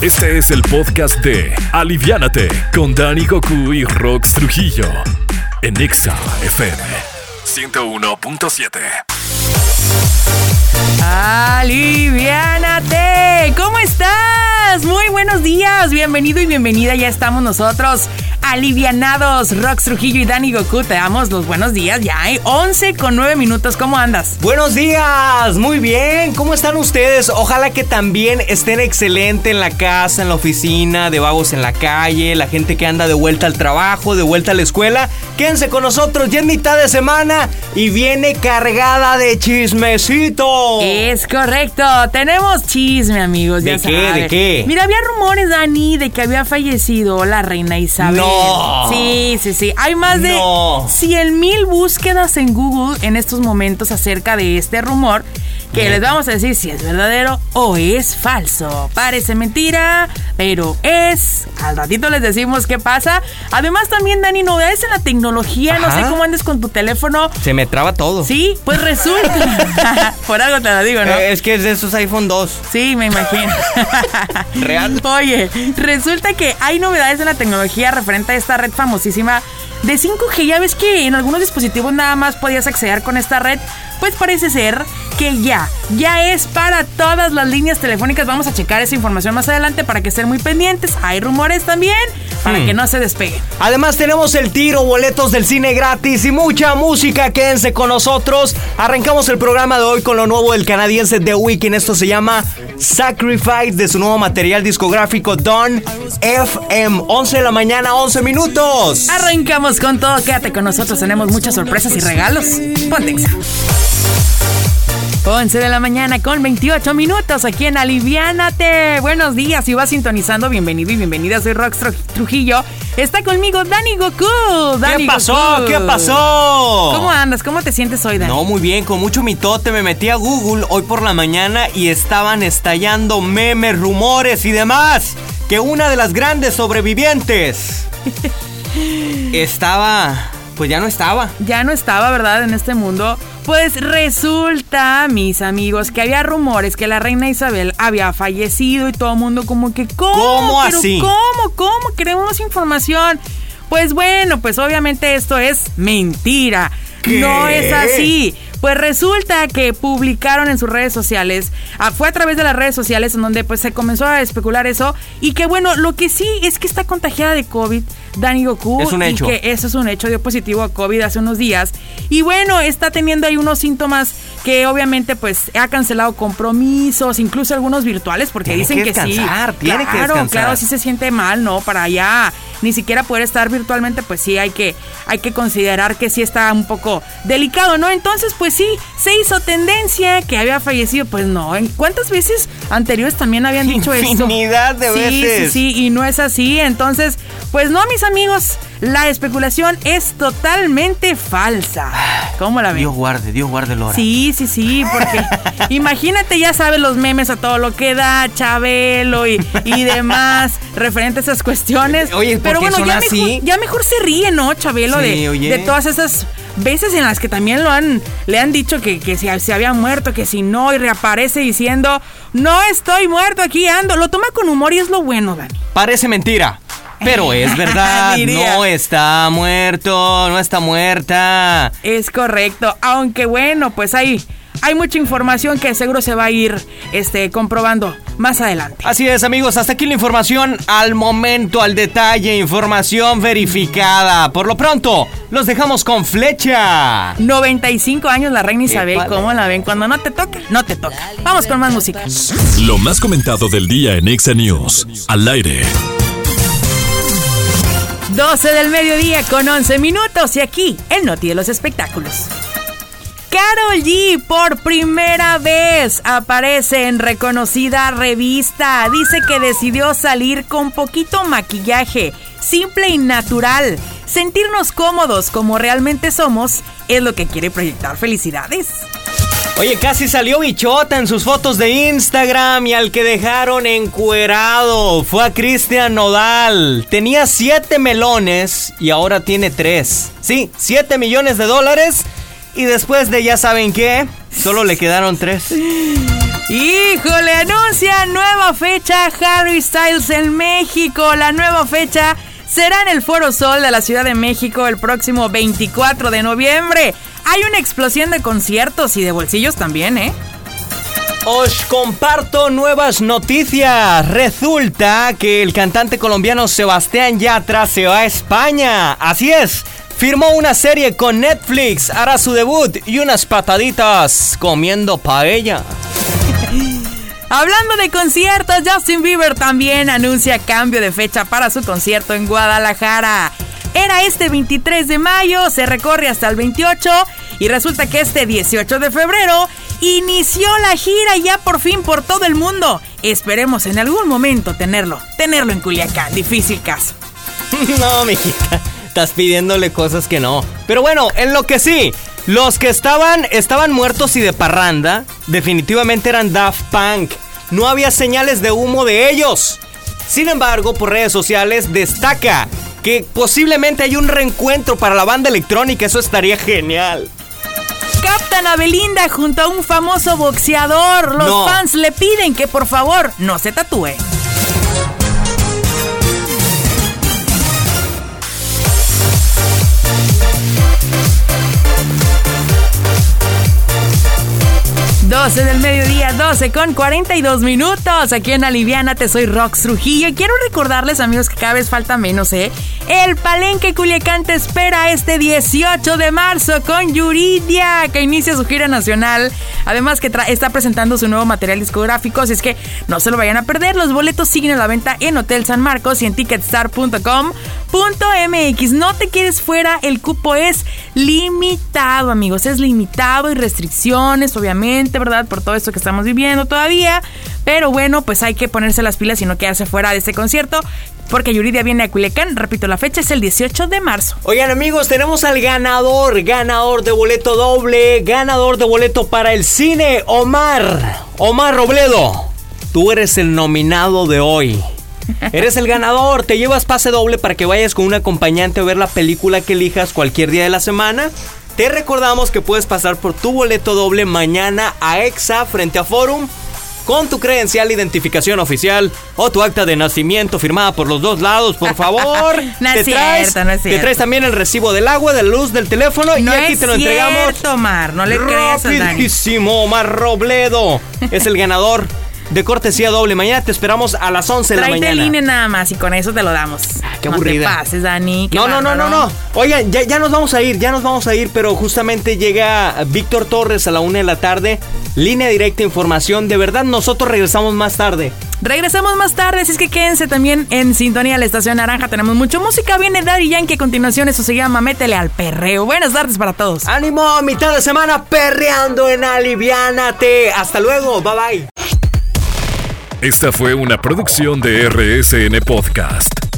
Este es el podcast de Aliviánate con Dani Goku y Rox Trujillo en Exa FM 101.7. Aliviánate, ¿cómo estás? Muy buenos días, bienvenido y bienvenida, ya estamos nosotros alivianados, Rox Trujillo y Dani Goku, te damos los buenos días, ya hay 11:09, ¿cómo andas? Buenos días, muy bien, ¿cómo están ustedes? Ojalá que también estén excelente en la casa, en la oficina, de vagos en la calle, la gente que anda de vuelta al trabajo, de vuelta a la escuela. Quédense con nosotros, ya es mitad de semana y viene cargada de chismecito. Es correcto, tenemos chisme, amigos, ya saben. ¿De qué? Mira, había rumores, Dani, de que había fallecido la reina Isabel. No. Sí. Hay más de 100,000 búsquedas en Google en estos momentos acerca de este rumor, que les vamos a decir si es verdadero o es falso. Parece mentira, pero es. Al ratito les decimos qué pasa. Además también, Dani, novedades en la tecnología. Ajá. No sé cómo andes con tu teléfono. Se me traba todo. Sí, pues resulta. Por algo te lo digo, ¿no? Es que es de esos iPhone 2. Sí, me imagino. ¿Real? Oye, resulta que hay novedades en la tecnología referente a esta red famosísima de 5G. Ya ves que en algunos dispositivos nada más podías acceder con esta red. Pues parece ser que ya es para todas las líneas telefónicas. Vamos a checar esa información más adelante para que estén muy pendientes. Hay rumores también para que no se despeguen. Además tenemos el tiro, boletos del cine gratis y mucha música. Quédense con nosotros. Arrancamos el programa de hoy con lo nuevo del canadiense The Weeknd. Esto se llama Sacrifice, de su nuevo material discográfico Dawn FM. 11 de la mañana, 11 minutos. Arrancamos con todo. Quédate con nosotros. Tenemos muchas sorpresas y regalos. Ponte Exa. 11 de la mañana con 28 minutos aquí en Aliviánate. Buenos días, si vas sintonizando, bienvenido y bienvenida. Soy Rox Trujillo. Está conmigo Dani Goku. ¿Qué pasó? ¿Qué pasó? ¿Cómo andas? ¿Cómo te sientes hoy, Dani? No, muy bien, con mucho mitote. Me metí a Google hoy por la mañana y estaban estallando memes, rumores y demás. Que una de las grandes sobrevivientes pues ya no estaba. Ya no estaba, ¿verdad? En este mundo. Pues resulta, mis amigos, que había rumores que la reina Isabel había fallecido y todo el mundo como que ¿Cómo así? ¿Cómo? Queremos información. Pues bueno, pues obviamente esto es mentira. ¿Qué? No es así. Pues resulta que publicaron en sus redes sociales, fue a través de las redes sociales en donde pues se comenzó a especular eso, y que bueno, lo que sí es que está contagiada de COVID, Dani Goku. Es un hecho. Y que eso es un hecho, dio positivo a COVID hace unos días. Y bueno, está teniendo ahí unos síntomas que obviamente pues ha cancelado compromisos, incluso algunos virtuales, porque tiene dicen que descansar, sí. Tiene que descansar. Claro, sí se siente mal, ¿no? Para ya ni siquiera poder estar virtualmente, pues sí hay que considerar que sí está un poco delicado, ¿no? Entonces, pues sí, se hizo tendencia que había fallecido, pues no. ¿En cuántas veces anteriores también habían dicho eso? Infinidad de veces. Sí, y no es así. Entonces, pues no, mis amigos, la especulación es totalmente falsa. ¿Cómo la ven? Dios guarde Lora. Sí, porque imagínate, ya sabes, los memes a todo lo que da, Chabelo y demás, referente a esas cuestiones. Oye, pero bueno, así? ya mejor se ríe, ¿no, Chabelo? Sí, de todas esas veces en las que también le han dicho que se había muerto, que si no, y reaparece diciendo, no estoy muerto, aquí ando. Lo toma con humor y es lo bueno, Dani. Parece mentira, pero es verdad. No está muerto, no está muerta. Es correcto, aunque bueno, pues hay mucha información que seguro se va a ir comprobando más adelante. Así es, amigos, hasta aquí la información al momento, al detalle, información verificada. Por lo pronto, los dejamos con flecha. 95 años la reina Isabel, ¿cómo la ven? Cuando no te toca, no te toca. Vamos con más música. Lo más comentado del día en Exa News, al aire. 12 del mediodía con 11 minutos y aquí el Noti de los espectáculos. Karol G por primera vez aparece en reconocida revista. Dice que decidió salir con poquito maquillaje, simple y natural. Sentirnos cómodos como realmente somos es lo que quiere proyectar. Felicidades. Oye, casi salió bichota en sus fotos de Instagram y al que dejaron encuerado fue a Cristian Nodal. Tenía 7 melones y ahora tiene 3. Sí, $7 millones. Y después de ya saben qué, solo le quedaron 3. ¡Híjole! Anuncia nueva nueva fecha Harry Styles en México. La nueva fecha será en el Foro Sol de la Ciudad de México el próximo 24 de noviembre. Hay una explosión de conciertos y de bolsillos también, ¿eh? Os comparto nuevas noticias. Resulta que el cantante colombiano Sebastián Yatra se va a España. Así es, firmó una serie con Netflix, hará su debut y unas pataditas comiendo paella. Hablando de conciertos, Justin Bieber también anuncia cambio de fecha para su concierto en Guadalajara. Era este 23 de mayo, se recorre hasta el 28 y resulta que este 18 de febrero inició la gira ya por fin por todo el mundo. Esperemos en algún momento tenerlo en Culiacán, difícil caso. No, mijita, estás pidiéndole cosas que no. Pero bueno, en lo que sí, los que estaban muertos y de parranda, definitivamente eran Daft Punk. No había señales de humo de ellos. Sin embargo, por redes sociales destaca que posiblemente hay un reencuentro para la banda electrónica. Eso estaría genial. Captan a Belinda junto a un famoso boxeador. Los fans le piden que por favor no se tatúe. 12 del mediodía, 12:42. Aquí en Aliviánate, soy Rox Trujillo. Y quiero recordarles, amigos, que cada vez falta menos, El Palenque Culiacán te espera este 18 de marzo con Yuridia, que inicia su gira nacional. Además que está presentando su nuevo material discográfico, así es que no se lo vayan a perder. Los boletos siguen a la venta en Hotel San Marcos y en ticketstar.com.mx. No te quedes fuera, el cupo es limitado, amigos. Es limitado y restricciones, obviamente, ¿verdad? Por todo esto que estamos viviendo todavía. Pero bueno, pues hay que ponerse las pilas y no quedarse fuera de este concierto, porque Yuridia viene a Culiacán. Repito, la fecha es el 18 de marzo. Oigan, amigos, tenemos al ganador de boleto doble, ganador de boleto para el cine, Omar Robledo. Tú eres el nominado de hoy. Eres el ganador, te llevas pase doble para que vayas con un acompañante a ver la película que elijas cualquier día de la semana. Te recordamos que puedes pasar por tu boleto doble mañana a EXA frente a Forum con tu credencial de identificación oficial o tu acta de nacimiento firmada por los dos lados, por favor. No es cierto. Te traes también el recibo del agua, de la luz, del teléfono y aquí te lo entregamos. No es cierto, Omar, no le creas a Dani. Rapidísimo, Omar Robledo es el ganador de cortesía doble. Mañana te esperamos a las 11 de la mañana. Tráete el INE nada más y con eso te lo damos. Qué aburrida. No te pases, Dani. No. Oigan, ya nos vamos a ir, pero justamente llega Víctor Torres a la 1 de la tarde. Línea directa, información. De verdad, nosotros regresamos más tarde. Así es que quédense también en sintonía de la Estación Naranja. Tenemos mucha música. Viene Daddy Yankee a continuación. Eso se llama Métele al Perreo. Buenas tardes para todos. ¡Ánimo! Mitad de semana perreando en Aliviánate. Hasta luego. Bye bye. Esta fue una producción de RSN Podcast.